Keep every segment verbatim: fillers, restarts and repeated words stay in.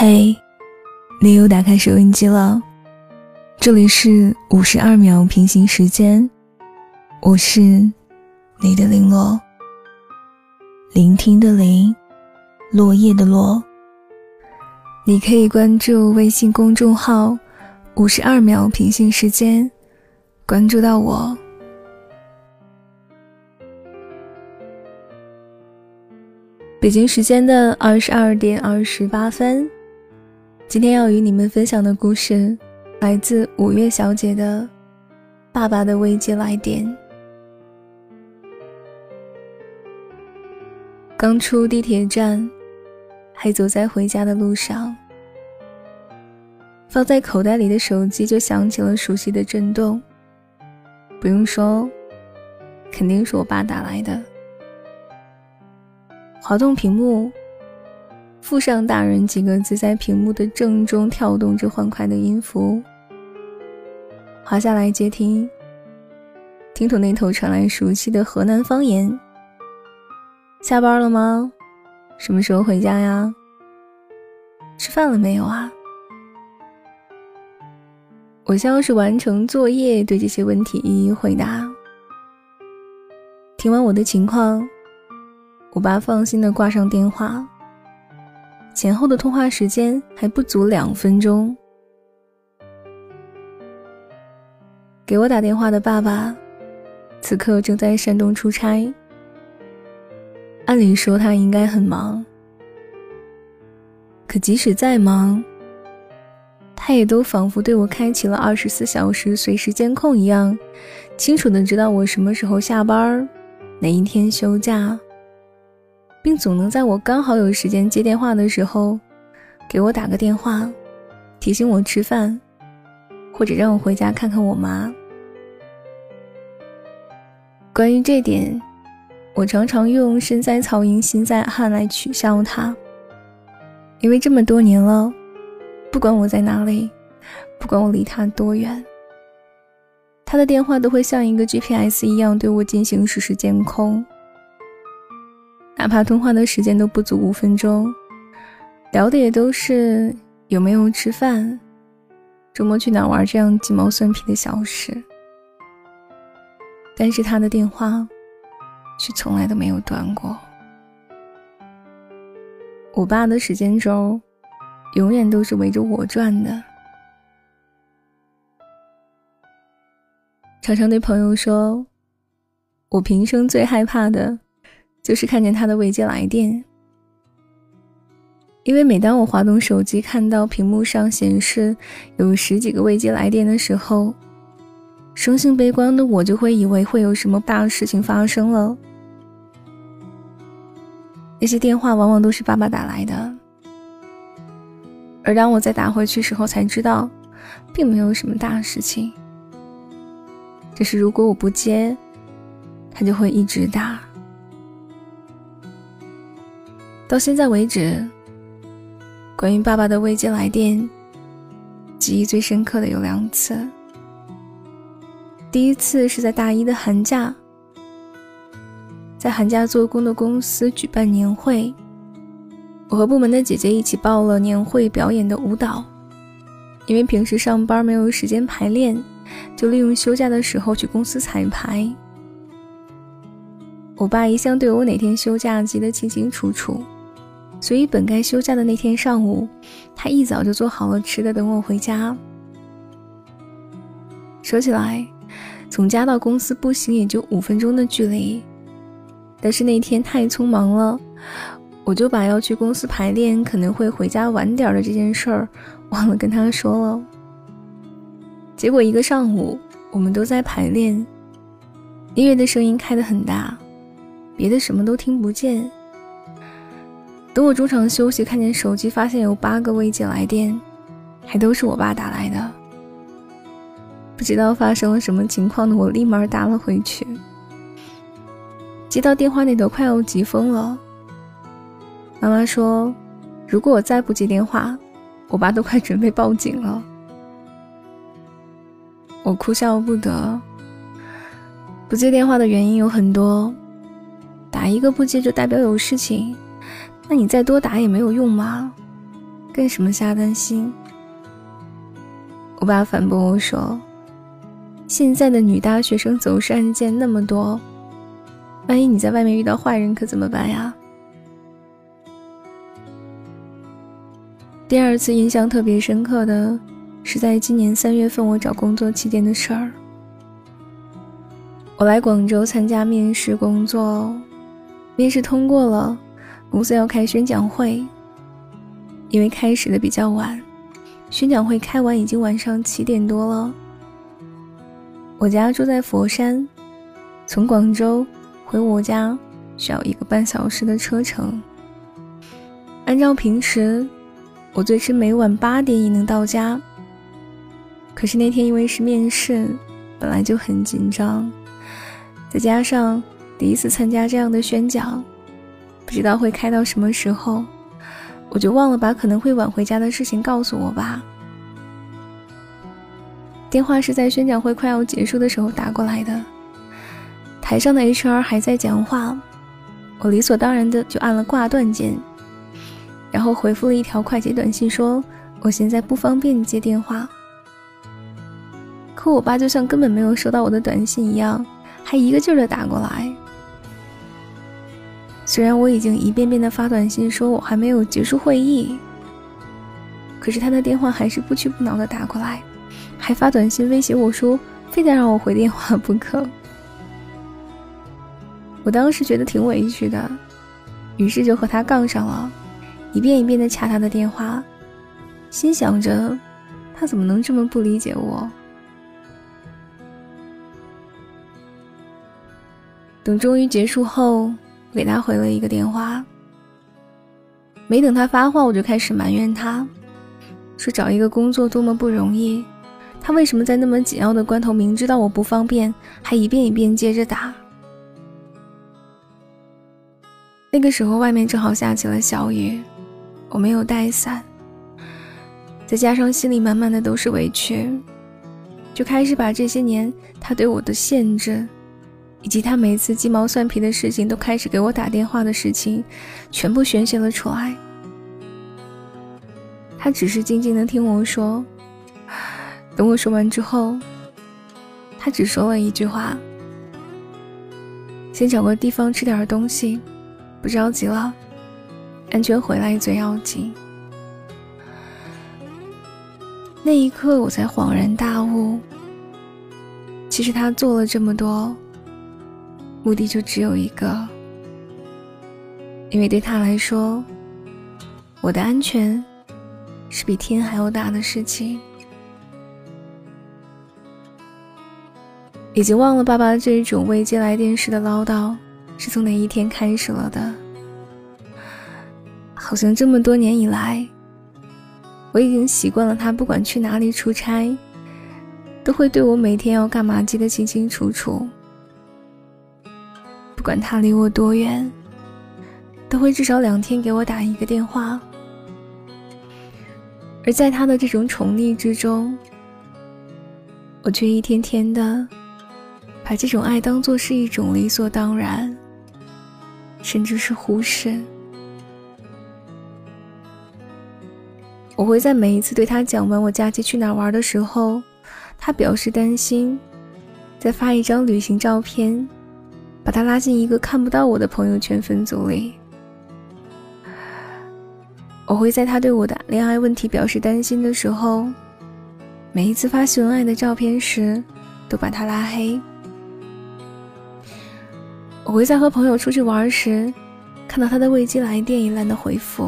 嘿，你又打开收音机了，这里是五十二秒平行时间，我是你的林落，聆听的林，落叶的落。你可以关注微信公众号五十二秒平行时间，关注到我。北京时间的二十二点二十八分，今天要与你们分享的故事来自五月小姐的爸爸的未接来电。刚出地铁站，还走在回家的路上，放在口袋里的手机就响起了熟悉的震动。不用说，肯定是我爸打来的。滑动屏幕，附上大人几个字在屏幕的正中跳动着欢快的音符。滑下来接听，听筒那头传来熟悉的河南方言。下班了吗？什么时候回家呀？吃饭了没有啊？我像是完成作业，对这些问题一一回答。听完我的情况，我爸放心地挂上电话，前后的通话时间还不足两分钟。给我打电话的爸爸此刻正在山东出差，按理说他应该很忙，可即使再忙，他也都仿佛对我开启了二十四小时随时监控一样，清楚地知道我什么时候下班，哪一天休假，并总能在我刚好有时间接电话的时候给我打个电话，提醒我吃饭，或者让我回家看看我妈。关于这点，我常常用身在曹营心在汉来取笑他，因为这么多年了，不管我在哪里，不管我离他多远，他的电话都会像一个 G P S 一样对我进行实时监控。哪怕通话的时间都不足五分钟，聊的也都是有没有吃饭，周末去哪玩这样鸡毛蒜皮的小事。但是他的电话却从来都没有断过。我爸的时间轴永远都是围着我转的。常常对朋友说，我平生最害怕的就是看见他的未接来电。因为每当我滑动手机看到屏幕上显示有十几个未接来电的时候，生性悲观的我就会以为会有什么大事情发生了。那些电话往往都是爸爸打来的，而当我再打回去时候才知道并没有什么大事情，只是如果我不接，他就会一直打。到现在为止，关于爸爸的未接来电，记忆最深刻的有两次。第一次是在大一的寒假，在寒假做工的公司举办年会，我和部门的姐姐一起报了年会表演的舞蹈。因为平时上班没有时间排练，就利用休假的时候去公司彩排。我爸一向对我哪天休假记得清清楚楚，所以本该休假的那天上午，他一早就做好了吃的等我回家。说起来，从家到公司步行也就五分钟的距离，但是那天太匆忙了，我就把要去公司排练可能会回家晚点的这件事儿忘了跟他说了。结果一个上午我们都在排练，音乐的声音开得很大，别的什么都听不见。等我中场休息看见手机，发现有八个未接来电，还都是我爸打来的。不知道发生了什么情况呢，我立马打了回去。接到电话那头快要急疯了，妈妈说如果我再不接电话，我爸都快准备报警了。我哭笑不得。不接电话的原因有很多，打一个不接就代表有事情，那你再多打也没有用嘛。 干什么瞎担心？我爸反驳我说，现在的女大学生走失案件那么多，万一你在外面遇到坏人可怎么办呀？第二次印象特别深刻的是在今年三月份我找工作期间的事儿。我来广州参加面试工作，面试通过了，公司要开宣讲会，因为开始的比较晚，宣讲会开完已经晚上七点多了。我家住在佛山，从广州回我家需要一个半小时的车程。按照平时我最迟每晚八点也能到家，可是那天因为是面试，本来就很紧张，再加上第一次参加这样的宣讲，不知道会开到什么时候，我就忘了把可能会晚回家的事情告诉我爸。电话是在宣讲会快要结束的时候打过来的，台上的 H R 还在讲话，我理所当然的就按了挂断键，然后回复了一条快捷短信说我现在不方便接电话。可我爸就像根本没有收到我的短信一样，还一个劲儿的打过来。虽然我已经一遍遍的发短信说我还没有结束会议，可是他的电话还是不屈不挠的打过来，还发短信威胁我说非得让我回电话不可。我当时觉得挺委屈的，于是就和他杠上了，一遍一遍的掐他的电话，心想着他怎么能这么不理解我。等终于结束后，给他回了一个电话，没等他发话，我就开始埋怨他，说找一个工作多么不容易，他为什么在那么紧要的关头明知道我不方便，还一遍一遍接着打。那个时候外面正好下起了小雨，我没有带伞，再加上心里满满的都是委屈，就开始把这些年他对我的限制，以及他每次鸡毛蒜皮的事情都开始给我打电话的事情全部宣泄了出来。他只是静静地听我说，等我说完之后，他只说了一句话，先找个地方吃点东西，不着急了，安全回来最要紧。那一刻我才恍然大悟，其实他做了这么多，目的就只有一个，因为对他来说，我的安全是比天还要大的事情。已经忘了爸爸这种未接来电时的唠叨是从哪一天开始了的。好像这么多年以来，我已经习惯了他不管去哪里出差，都会对我每天要干嘛记得清清楚楚。不管他离我多远，都会至少两天给我打一个电话。而在他的这种宠溺之中，我却一天天的把这种爱当作是一种理所当然，甚至是忽视。我会在每一次对他讲完我假期去哪儿玩的时候，他表示担心，再发一张旅行照片，把他拉进一个看不到我的朋友圈分组里。我会在他对我的恋爱问题表示担心的时候，每一次发秀恩爱的照片时都把他拉黑。我会在和朋友出去玩时，看到他的未接来电也懒得回复。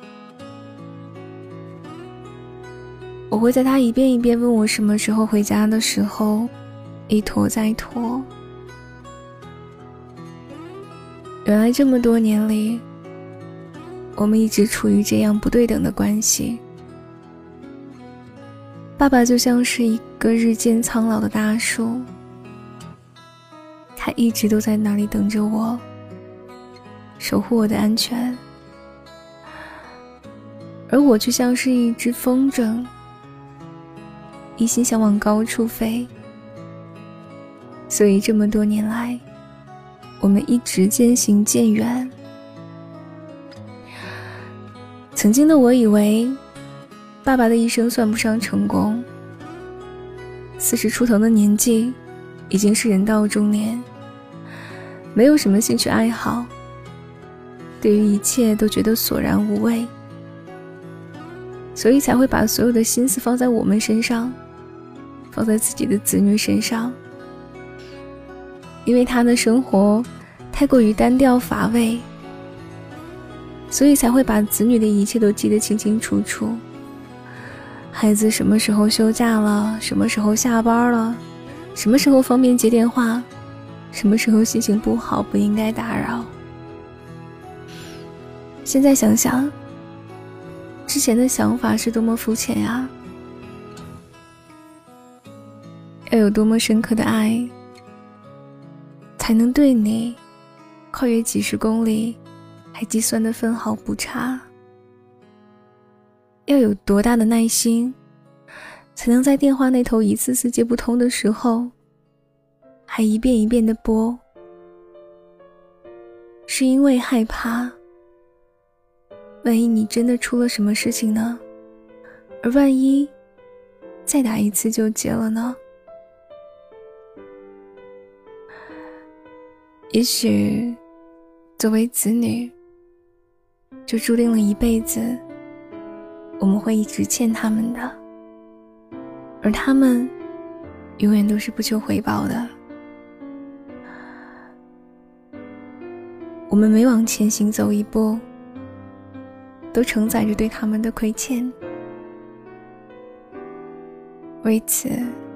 我会在他一遍一遍问我什么时候回家的时候，一拖再拖。原来这么多年里，我们一直处于这样不对等的关系。爸爸就像是一个日渐苍老的大树，他一直都在那里等着我，守护我的安全，而我却像是一只风筝，一心想往高处飞。所以这么多年来，我们一直渐行渐远。曾经的我以为爸爸的一生算不上成功，四十出头的年纪已经是人到中年，没有什么兴趣爱好，对于一切都觉得索然无味，所以才会把所有的心思放在我们身上，放在自己的子女身上。因为他的生活太过于单调乏味，所以才会把子女的一切都记得清清楚楚。孩子什么时候休假了，什么时候下班了，什么时候方便接电话，什么时候心情不好不应该打扰。现在想想，之前的想法是多么肤浅呀！要有多么深刻的爱，才能对你跨越几十公里还计算得分毫不差？要有多大的耐心，才能在电话那头一次次接不通的时候还一遍一遍地拨？是因为害怕万一你真的出了什么事情呢？而万一再打一次就结了呢？也许作为子女，就注定了一辈子我们会一直欠他们的，而他们永远都是不求回报的。我们每往前行走一步，都承载着对他们的亏欠。为此，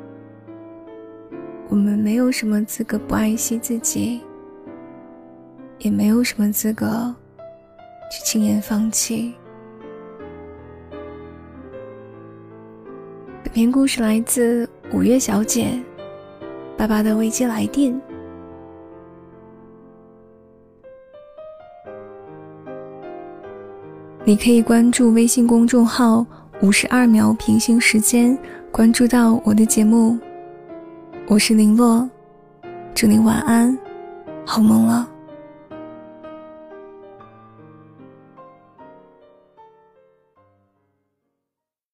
我们没有什么资格不爱惜自己，也没有什么资格去轻言放弃。本篇故事来自五月小姐爸爸的未接来电。你可以关注微信公众号五十二秒平行时间，关注到我的节目。我是林洛，祝你晚安，好梦了。